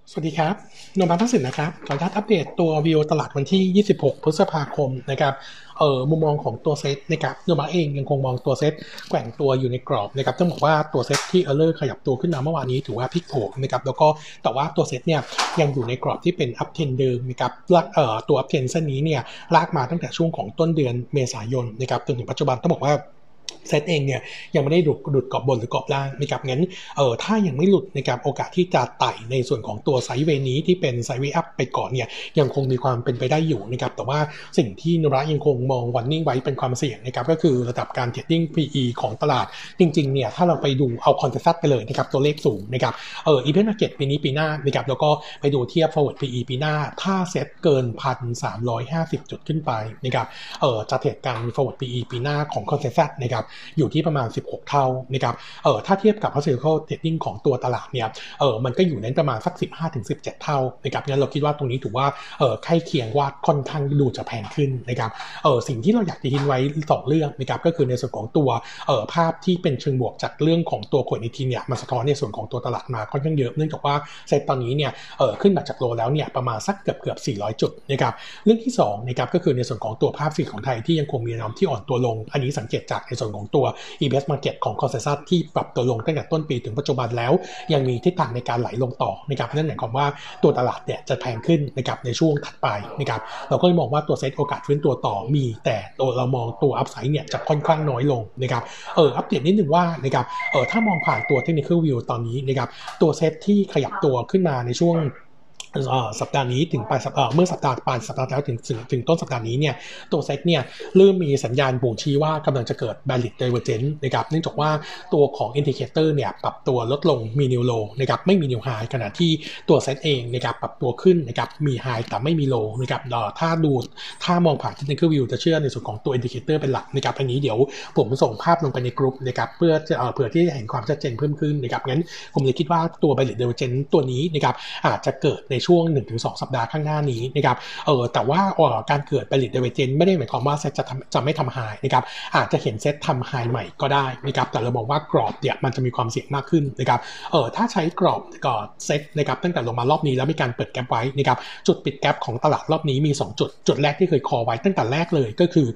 สวัสดีครับนนท์พัฒน์สินนะครับขออนุญาตอัปเดตตัววิวตลาดวันที่26พฤษภาคมนะครับมุมมองของตัวเซตนะครับนนท์เองยังคงมองตัวเซตแกว่งตัวอยู่ในกรอบนะครับต้องบอกว่าตัวเซตที่ขยับตัวขึ้นมาเมื่อวานนี้ถือว่าพลิกโผนะครับแล้วก็แต่ว่าตัวเซตเนี่ยยังอยู่ในกรอบที่เป็นอัพเทรนเดิมนะครับตัวอัพเทรนเส้นนี้เนี่ยลากมาตั้งแต่ช่วงของต้นเดือนเมษายนนะครับจนถึงปัจจุบันต้องบอกว่าเซตเองเนี่ยยังไม่ได้หลุดกรอบบนหรือกรอบล่างนะครับงั้นถ้ายังไม่หลุดนะครับโอกาสที่จะไต่ในส่วนของตัวไซด์เวย์นี้ที่เป็นไซด์เวย์อัพไปก่อนเนี่ยยังคงมีความเป็นไปได้อยู่นะครับแต่ว่าสิ่งที่นรายังคงมองวันนิ่งไว้เป็นความเสี่ยงนะครับก็คือระดับการเทรดดิ้ง PE ของตลาดจริงๆเนี่ยถ้าเราไปดูเอาคอนเซ็ปต์ไปเลยนะครับตัวเลขสูงนะครับEvent Market ปีนี้ปีหน้านะครับแล้วก็ไปดูเทียบ Forward PE ปีหน้าถ้าเซ็ตเกิน 1,350 จุดขึ้นไปนะครับจะเทรดกัน Forward PE ปีหน้าของคอนเซ็ปต์นะครับอยู่ที่ประมาณ16เท่านะครับถ้าเทียบกับ historical trading ของตัวตลาดเนี่ยมันก็อยู่ในประมาณสัก 15-17 เท่านะครับงั้นเราคิดว่าตรงนี้ถือว่าใกล้เคียงว่าค่อนข้างดูจะแพงขึ้นนะครับสิ่งที่เราอยากจะทิ้งไว้2เรื่องนะครับก็คือในส่วนของตัวภาพที่เป็นเชิงบวกจากเรื่องของตัวโควิด-19เนี่ยมาสะท้อนในส่วนของตัวตลาดมาค่อนข้างเยอะเนื่องจากว่าเซ็ตตอนนี้เนี่ยขึ้นมาจากโลแล้วเนี่ยประมาณสักเกือบ400 จุดนะครับเรื่องที่2นะครับก็คือในส่วนของตัวภาพเศรษฐกิจของไทยที่ยังคงมีแนวโน้มที่อ่อนตัวลงอันนี้สังเกตจากในส่วนของตัว Event Market ของ Consensus ที่ปรับตัวลงตั้งแต่ต้นปีถึงปัจจุบันแล้วยังมีทิศทางในการไหลลงต่อนะครับนั่นหมายความว่าตัวตลาดเนี่ยจะแพงขึ้นนะครับในช่วงถัดไปนะครับเราก็มองว่าตัวเซ็ตโอกาสฟื้นตัวต่อมีแต่ตัวเรามองตัวอัพไซด์เนี่ยจะค่อนข้างน้อยลงนะครับอัปเดตนิดนึงว่านะครับถ้ามองผ่านตัว Technical View ตอนนี้นะครับตัวเซ็ตที่ขยับตัวขึ้นมาในช่วงสัปดาห์นี้ถึงปลายเมื่อสัปดาห์ปลายสัปดาห์แล้วถึงต้นสัปดาห์นี้เนี่ยตัวเซ็ตเนี่ยเริ่มมีสัญญาณบ่งชี้ว่ากำลังจะเกิด bearish divergence นะครับเนื่องจากว่าตัวของ indicator เนี่ยปรับตัวลดลงมี new low นะครับไม่มี new high ขณะที่ตัวเซ็ตเองนะครับปรับตัวขึ้นนะครับมี high แต่ไม่มี low นะครับถ้ามองผ่าน technical view จะเชื่อในส่วนของตัว indicator เป็นหลักนะครับอันนี้เดี๋ยวผมส่งภาพลงไปในกลุ่มนะครับเพื่อที่จะเห็นความชัดเจนเพิ่มขึ้นนะครับงั้นผมเลยคิดว่าตัว bearish divergence ตัวนี้นะครับอาจจะเกิดในช่วง 1-2 สัปดาห์ข้างหน้านี้นะครับแต่ว่าการเกิด bearish divergence ไม่ได้หมายความว่าเซ็ตจะไม่ทำ high นะครับอาจจะเห็นเซ็ตทำ high ใหม่ก็ได้นะครับแต่เราบอกว่ากรอบเนี่ยมันจะมีความเสี่ยงมากขึ้นนะครับถ้าใช้กรอบก่อนเซ็ตนะครับตั้งแต่ลงมารอบนี้แล้วมีการเปิดแกปไว้นะครับจุดปิดแกปของตลาดรอบนี้มี2จุดแรกที่เคยคอไว้ตั้งแต่แรกเลยก็คือ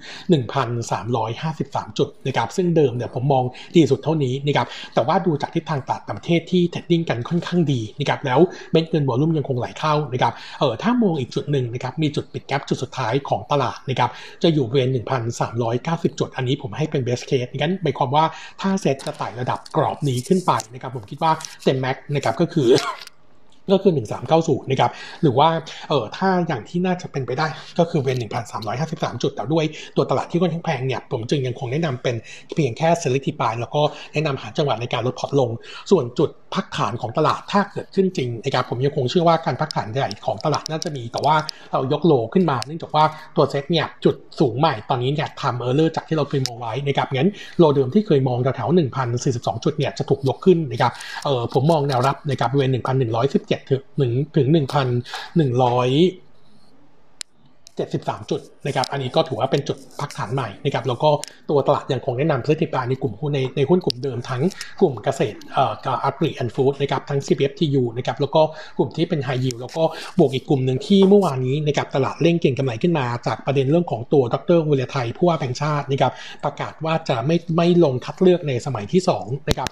1,353 จุดนะครับซึ่งเดิมเนี่ยผมมองดีสุดเท่านี้นะครับแต่ว่าดูจากทิศทางตลาดต่างประเทศที่เทรดดิ้งกันค่อนข้างดีนะครับแล้วเม็ดเงินวอลุ่มยังคงไหลเข้านะครับถ้ามองอีกจุดหนึ่งนะครับมีจุดปิดแกปจุดสุดท้ายของตลาดนะครับจะอยู่บริเวณ 1,390 จุดอันนี้ผมให้เป็น best case งั้นหมายความว่าถ้าเซ็ตจะไต่ระดับกรอบนี้ขึ้นไปนะครับผมคิดว่าเต็มแม็กนะครับก็คือ1390นะครับหรือว่าถ้าอย่างที่น่าจะเป็นไปได้ก็คือเป็น 1,353 จุดแต่ด้วยตัวตลาดที่ค่อนข้างแพงเนี่ยผมจึงยังคงแนะนำเป็นเพียงแค่ selective buy แล้วก็แนะนำหาจังหวะในการลดพอร์ตลงส่วนจุดพักฐานของตลาดถ้าเกิดขึ้นจริงนะครับผมยังคงเชื่อว่าการพักฐานใหญ่ของตลาดน่าจะมีแต่ว่าเรายกโลขึ้นมาเนื่องจากว่าตัวเซ็ตเนี่ยจุดสูงใหม่ตอนนี้เนี่ยทำerrorจากที่เราเคยมองไว้นะครับงั้นโลเดิมที่เคยมองแถวๆ 1,042 จุดเนี่ยจะถูกยกขึ้นนะครับผมมองแนวรับนะครับบริเวณ 1,117 ถึง 1,173 จุดนะครับอันนี้ก็ถือว่าเป็นจุดพักฐานใหม่นะครับแล้วก็ตัวตลาดยังคงแนะนำ positive buy ในกลุ่มหุ้นในหุ้นกลุ่มเดิมทั้งกลุ่มเกษตรagri and food นะครับทั้ง CPFTU นะครับแล้วก็กลุ่มที่เป็น high yield แล้วก็บวกอีกกลุ่มหนึ่งที่เมื่อวานนี้นะครับตลาดเร่งเก็งกำไรขึ้นมาจากประเด็นเรื่องของตัวดร.วิรไทยผู้ว่าแบงก์ชาตินะครับประกาศว่าจะไม่ลงคัดเลือกในสมัยที่2นะครับ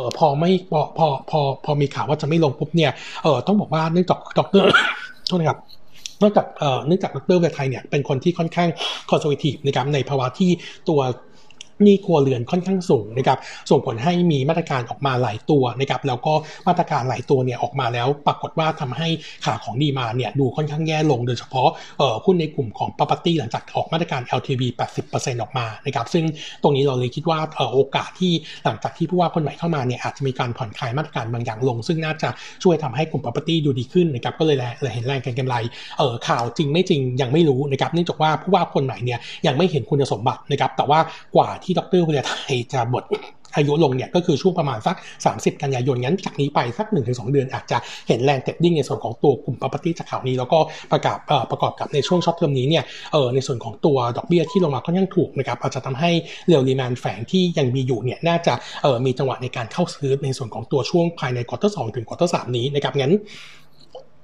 พอมีข่าวว่าจะไม่ลงปุ๊บเนี่ยต้องบอกว่าเนื่องจากดร.โทษนะครับเนื่องจากดร.วิรไทยเนี่ยเป็นคนที่ค่อนข้างคอนเซอร์เวทีฟนะครับในภาวะที่ตัวหนี้ครัวเรือนค่อนข้างสูงนะครับส่งผลให้มีมาตรการออกมาหลายตัวนะครับแล้วก็มาตรการหลายตัวเนี่ยออกมาแล้วปรากฏว่าทำให้ขาของดีมาเนี่ยดูค่อนข้างแย่ลงโดยเฉพาะหุ้นในกลุ่มของ property หลังจากออกมาตรการ LTV 80% ออกมานะครับซึ่งตรงนี้เราเลยคิดว่าโอกาสที่หลังจากที่ผู้ว่าคนใหม่เข้ามาเนี่ยอาจจะมีการผ่อนคลายมาตรการบางอย่างลงซึ่งน่าจะช่วยทำให้กลุ่ม property ดูดีขึ้นนะครับก็เลยเห็นแรงเก็งกำไรข่าวจริงไม่จริงยังไม่รู้นะครับเนื่องจากว่าผู้ว่าคนใหม่เนี่ยยังไม่เห็นคุณสมบัตินะครับแต่ว่ากว่าที่ดร.วิรไทยจะหมดอายุลงเนี่ยก็คือช่วงประมาณสัก30กันยายนงั้นจากนี้ไปสัก 1-2 เดือนอาจจะเห็นแรงเทรดดิ้งในส่วนของตัวกลุ่ม property จากข่าวนี้แล้วก็ประกอบกับในช่วงช็อตเทอมนี้เนี่ยในส่วนของตัวดอกเบี้ยที่ลงมาค่อนข้างถูกนะครับอาจจะทำให้เรียลดีมานด์แฝงที่ยังมีอยู่เนี่ยน่าจะมีจังหวะในการเข้าซื้อในส่วนของตัวช่วงภายในควอเตอร์2ถึงควอเตอร์3นี้นะครับงั้น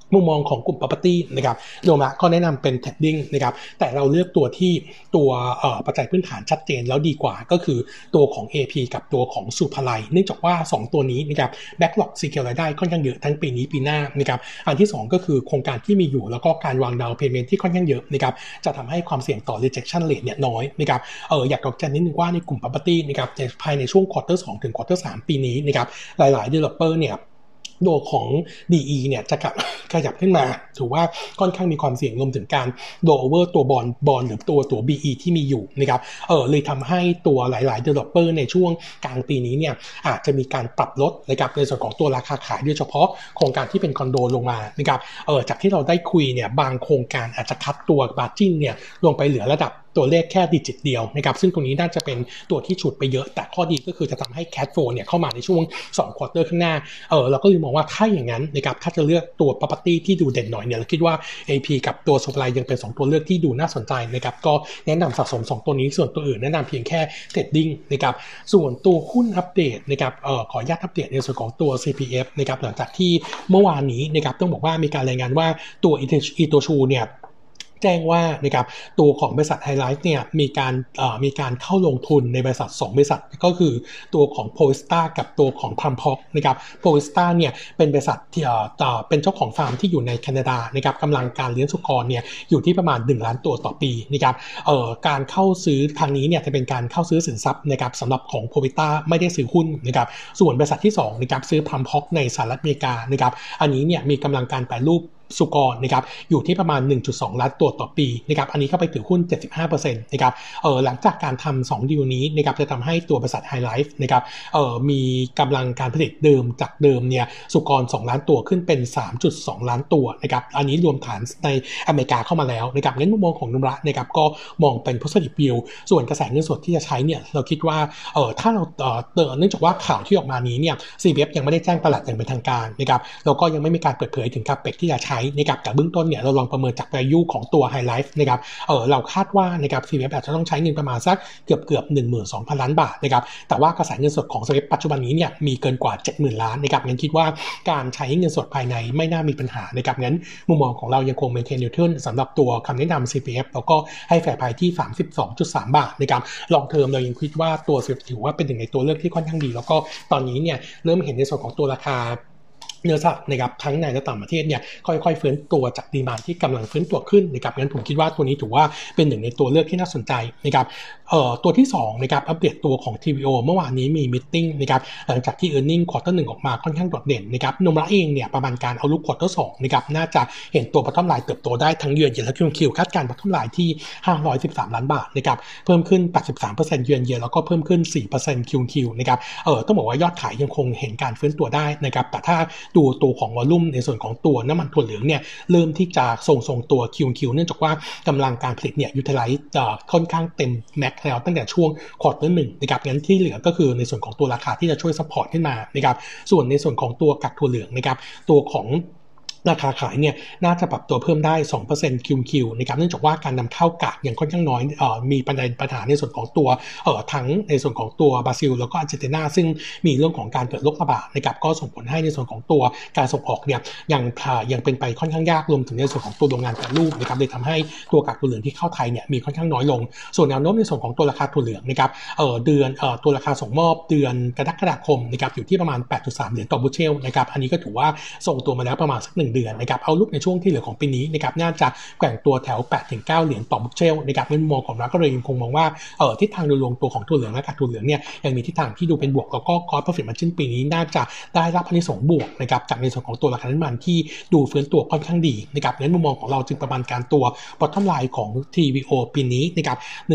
มุมมองของกลุ่ม property นะครับโดมะก็แนะนำเป็น trading นะครับแต่เราเลือกตัวที่ตัวปัจจัยพื้นฐานชัดเจนแล้วดีกว่าก็คือตัวของ AP กับตัวของสุภาลัยเนื่องจากว่า2ตัวนี้นะครับ backlog scale รายได้ค่อนข้างเยอะทั้งปีนี้ปีหน้านะครับอันที่2ก็คือโครงการที่มีอยู่แล้วก็การวางดาวน์เพย์เมนท์ที่ค่อนข้างเยอะนะครับจะทำให้ความเสี่ยงต่อ rejection rate เนี่ยน้อยนะครับอยากบอกจันนิดนึงว่าในกลุ่ม property นะครับภายในช่วง quarter 2ถึง quarter 3ปีนี้นะครับหลายๆ developer เนี่ยตัวของ DE เนี่ยจะขยับขึ้นมาถือว่าค่อนข้างมีความเสี่ยงรวมถึงการโดโอเวอร์ตัวบอลหรือตัว BE ที่มีอยู่นะครับเลยทำให้ตัวหลายๆ developer ในช่วงกลางปีนี้เนี่ยอาจจะมีการปรับลดนะครับในส่วนของตัวราคาขายโดยเฉพาะโครงการที่เป็นคอนโดลงมานะครับจากที่เราได้คุยเนี่ยบางโครงการอาจจะคัดตัว margin เนี่ยลงไปเหลือระดับตัวเลขแค่ดิจิตเดียวนะครับซึ่งตรงนี้น่าจะเป็นตัวที่ฉุดไปเยอะแต่ข้อดีก็คือจะทำให้ cash flow เนี่ยเข้ามาในช่วง2 quarter ข้างหน้าเราก็เลยมองว่าถ้าอย่างนั้นนะครับถ้าจะเลือกตัว property ที่ดูเด่นหน่อยเนี่ยเราคิดว่า AP กับตัว supply ยังเป็น2ตัวเลือกที่ดูน่าสนใจนะครับก็แนะนำสะสม2ตัวนี้ส่วนตัวอื่นแนะนำเพียงแค่ trading นะครับส่วนตัวหุ้นอัปเดตนะครับขออนุญาตอัปเดตในส่วนของตัว CPF นะครับหลังจากที่เมื่อวานนี้นะครับต้องบอกว่ามีการรายงานว่าตัวอีโตชูเนี่ยแจ้งว่านะครับตัวของบริษัทไฮไลท์เนี่ยมีการเข้าลงทุนในบริษัท2บริษัทก็คือตัวของ Povista กับตัวของ Pampoc นะครับ Povista เนี่ยเป็นบริษัทที่เป็นเจ้าของฟาร์มที่อยู่ในแคนาดานะครับกำลังการเลี้ยงสุกรเนี่ยอยู่ที่ประมาณ1ล้านตัวต่อปีนะครับการเข้าซื้อครั้งนี้เนี่ยจะเป็นการเข้าซื้อสินทรัพย์นะครับสำหรับของ Povista ไม่ได้ซื้อหุ้นนะครับส่วนบริษัทที่2นะครับซื้อ Pampoc ในสหรัฐอเมริกานะครับอันนี้เนี่ยมีกำลังการแปรรูปสุกรนะครับอยู่ที่ประมาณ 1.2 ล้านตัวต่อปีนะครับอันนี้เข้าไปถือหุ้น 75% นะครับหลังจากการทำ2ดีลนี้นะครับจะทำให้ตัวบริษัท High Life นะครับมีกำลังการผลิตเดิมจากเดิมเนี่ยสุกร2ล้านตัวขึ้นเป็น 3.2 ล้านตัวนะครับอันนี้รวมฐานในอเมริกาเข้ามาแล้วนะครับงั้นมุมมองของนุมระนะครับก็มองเป็น positive view ส่วนกระแสเงินสดที่จะใช้เนี่ยเราคิดว่าถ้าเราเนื่องจากว่าข่าวที่ออกมานี้เนี่ย CPF ยังไม่ได้แจ้งตลาดอย่างเป็นทางการนะครับแล้วก็ยังไม่มีการเปิดเผยถึง capex ที่จะใช้นะครับแต่เบื้องต้นเนี่ยเราลองประเมินจาก value ของตัว High Life นะครับเราคาดว่านะครับ CPF อาจจะต้องใช้เงินประมาณสักเกือบ 12,000 ล้านบาทนะครับแต่ว่ากระแสเงินสดของ CPF ปัจจุบันนี้เนี่ยมีเกินกว่า 70,000 ล้านนะครับงั้นคิดว่าการใช้เงินสดภายในไม่น่ามีปัญหานะครับงั้นมุมมองของเรายังคง maintain neutral สำหรับตัวคำแนะนำ CPF แล้วก็ให้ fair price ที่ 32.3 บาทนะครับ long term เรายังคิดว่าตัว CPF ถือว่าเป็นหนึ่งในตัวเลือกที่ค่อนข้างดีแล้วก็ตอนนี้เนี่ยเริ่มเห็นในส่วนของตัวราคาเนื้อสัตว์นะครับทั้งในและต่างประเทศเนี่ยค่อยๆฟื้นตัวจากดีมานด์ที่กำลังฟื้นตัวขึ้นนะครับงั้นผมคิดว่าตัวนี้ถือว่าเป็นหนึ่งในตัวเลือกที่น่าสนใจนะครับตัวที่2นะครับอัปเดตตัวของ TVO เมื่อวานนี้มีมิทติ้งนะครับหลังจากที่ earning quarter 1ออกมาค่อนข้างโดดเด่นนะครับนมระเองเนี่ยประมาณการเอาลุก quarter 2นะครับน่าจะเห็นตัว bottom line เติบโตได้ทั้งเยือนเยียและคิวคาดการ bottom line ที่513ล้านบาทนะครับเพิ่มขึ้น 83% เยือนเยียแล้วก็เพิ่มขึ้น 4% QQ นะครับต้องบอกว่ายอดขายยังคงเห็นการฟื้นตัวได้นะครับแต่ถ้าดูตัวของวอลลุ่มในส่วนของตัวน้ำมันถั่วเหลืองเนี่ยเริ่มที่จะทรงตัว QQ เนื่องจากว่ากำลังการผลิตเนี่ยยูทิลไลซ์ค่อนข้างเต็มแม็กซ์แล้วตั้งแต่ช่วงควอเตอร์1นะครับงั้นที่เหลือก็คือในส่วนของตัวราคาที่จะช่วยซัพพอร์ตขึ้นมานะครับส่วนในส่วนของตัวกักถั่วเหลืองนะครับตัวของราคาขายเนี่ยน่าจะปรับตัวเพิ่มได้ 2% QQ นะครับเนื่องจากว่าการนำเข้ากากยังค่อนข้างน้อยมีปัญหาในส่วนของตัวทั้งในส่วนของตัวบราซิลแล้วก็อาร์เจนตินาซึ่งมีเรื่องของการเกิดโรคระบาดนะครับก็ส่งผลให้ในส่วนของตัวการส่งออกเนี่ยยังเป็นไปค่อนข้างยากรวมถึงในส่วนของตัวโรงงานแปรรูปนะครับเลยทำให้ตัวกากถั่วเหลืองที่เข้าไทยเนี่ยมีค่อนข้างน้อยลงส่วนแนวโน้มในส่วนของตัวราคาถั่วเหลืองนะครับเดือนตัวราคาส่งมอบเดือนกรกฎาคมนะครับอยู่ที่ประมาณ 8.3 เหรียญต่อบุชเชลนะครับอันนี้ก็ถือว่าส่งตัวมาแล้วประมาณสัก1เดือนนะครับเอาลุกในช่วงที่เหลือของปีนี้นะครับน่าจะแกว่งตัวแถว 8-9 เหรียญต่อบุชเชลนะครับในมุมมองของเราก็เลยยังคงมองว่าทิศทางโดยรวมตัวของถั่วเหลืองและกากถั่วเหลืองเนี่ยยังมีทิศทางที่ดูเป็นบวกแล้วก็คอร์ส profit margin ปีนี้น่าจะได้รับอานิสงส์บวกนะครับจากในส่วนของตัวราคาน้ำมันที่ดูฟื้นตัวค่อนข้างดีนะครับในมุมมองของเราจึงประมาณการตัว bottom line ของ TVO ปีนี้นะครับ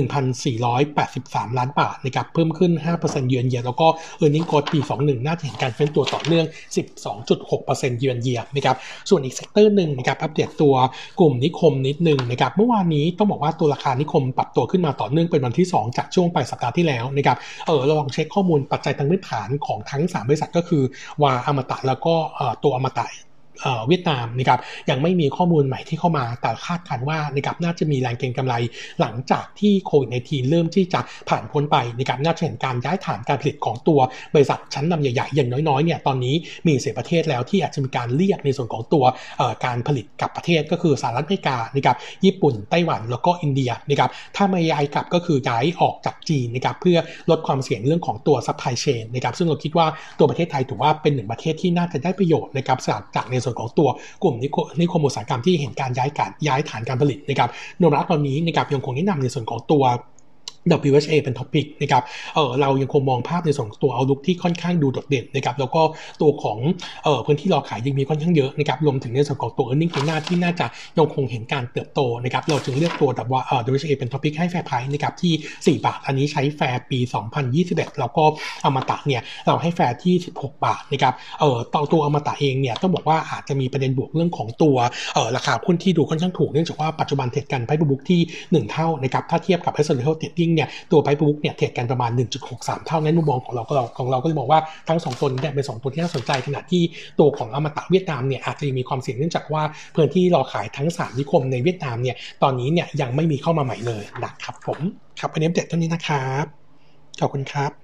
1,483 ล้านบาทนะครับเพิ่มขึ้น 5% เยือนเยียแล้วก็ earning growth ปี 21น่าจะเห็นการฟื้นตัวต่อเนื่อง 12.6% เยือนเยียนะครับส่วนอีกเซกเตอร์นึงนะครับอัปเดตตัวกลุ่มนิคมนิดนึงนะครับเมื่อวานนี้ต้องบอกว่าตัวราคานิคมปรับตัวขึ้นมาต่อเนื่องเป็นวันที่2จากช่วงปลายสัปดาห์ที่แล้วนะครับเราลองเช็คข้อมูลปัจจัยทางพื้นฐานของทั้ง3บริษัทก็คือวาอมตะแล้วก็ตัวอมตะเวียดนามนะครับยังไม่มีข้อมูลใหม่ที่เข้ามาแต่คาดการณ์ว่านะครับน่าจะมีแรงเก็งกำไรหลังจากที่โควิด-19 เริ่มที่จะผ่านพ้นไปนะครับน่าจะเห็นการย้ายฐานการผลิตของตัวบริษัทชั้นนำใหญ่ๆอย่างน้อยๆเนี่ยตอนนี้มี10ประเทศแล้วที่อาจจะมีการเรียกในส่วนของตัวการผลิตกับประเทศก็คือสหรัฐอเมริกานะครับญี่ปุ่นไต้หวันแล้วก็อินเดียนะครับถ้าไม่ย้ายกลับก็คือย้ายออกจากจีนนะครับเพื่อลดความเสี่ยงเรื่องของตัว supply chain นะครับซึ่งเราคิดว่าตัวประเทศไทยถือว่าเป็นหนึ่งประเทศที่น่าจะได้ประโยชน์นะครับจากในส่วนของตัวกลุ่มนิคมอุตสาหกรรมที่เห็นการย้ายฐานการผลิตนะครับโนรัสตอนนี้นะครับยังคงแนะนำในส่วนของตัวWHA เป็นท็อปิกนะครับเรายังคงมองภาพในส่วนตัวเอาลุกที่ค่อนข้างดูโดดเด่นนะครับแล้วก็ตัวของพื้นที่รอขายยังมีค่อนข้างเยอะนะครับรวมถึงในส่วนของตัว earning ปีหน้าที่น่าจะยังคงเห็นการเติบโตนะครับเราจึงเลือกตัว WHA เป็นท็อปิกให้แฟร์ไพรซ์นะครับที่4 บาทอันนี้ใช้แฟร์ปี2021แล้วก็อมตะเนี่ยเราให้แฟร์ที่16 บาทนะครับตัวอมตะเองเนี่ยต้องบอกว่าอาจจะมีประเด็นบวกเรื่องของตัวราคาหุ้นที่ดูค่อนข้างถูกเนื่องจากว่าปัจจุบันเทรดกัน Price Book ที่1เท่านะครับถ้าเทียบกับ Historical Tradingเนี่ยตัว Price Book เนี่ยเทรดกันประมาณ 1.63 เท่าในมุมมองของเราก็เลยมองว่าทั้ง2ตัวนี้เป็น2ตัวที่น่าสนใจขณะที่ตัวของอมตะเวียดนามเนี่ยอาจจะมีความเสี่ยงเนื่องจากว่าพื้นที่รอขายทั้ง3นิคมในเวียดนามเนี่ยตอนนี้เนี่ยยังไม่มีเข้ามาใหม่เลยนะครับผมครับอันนี้เด็ดเท่านี้นะครับขอบคุณครับ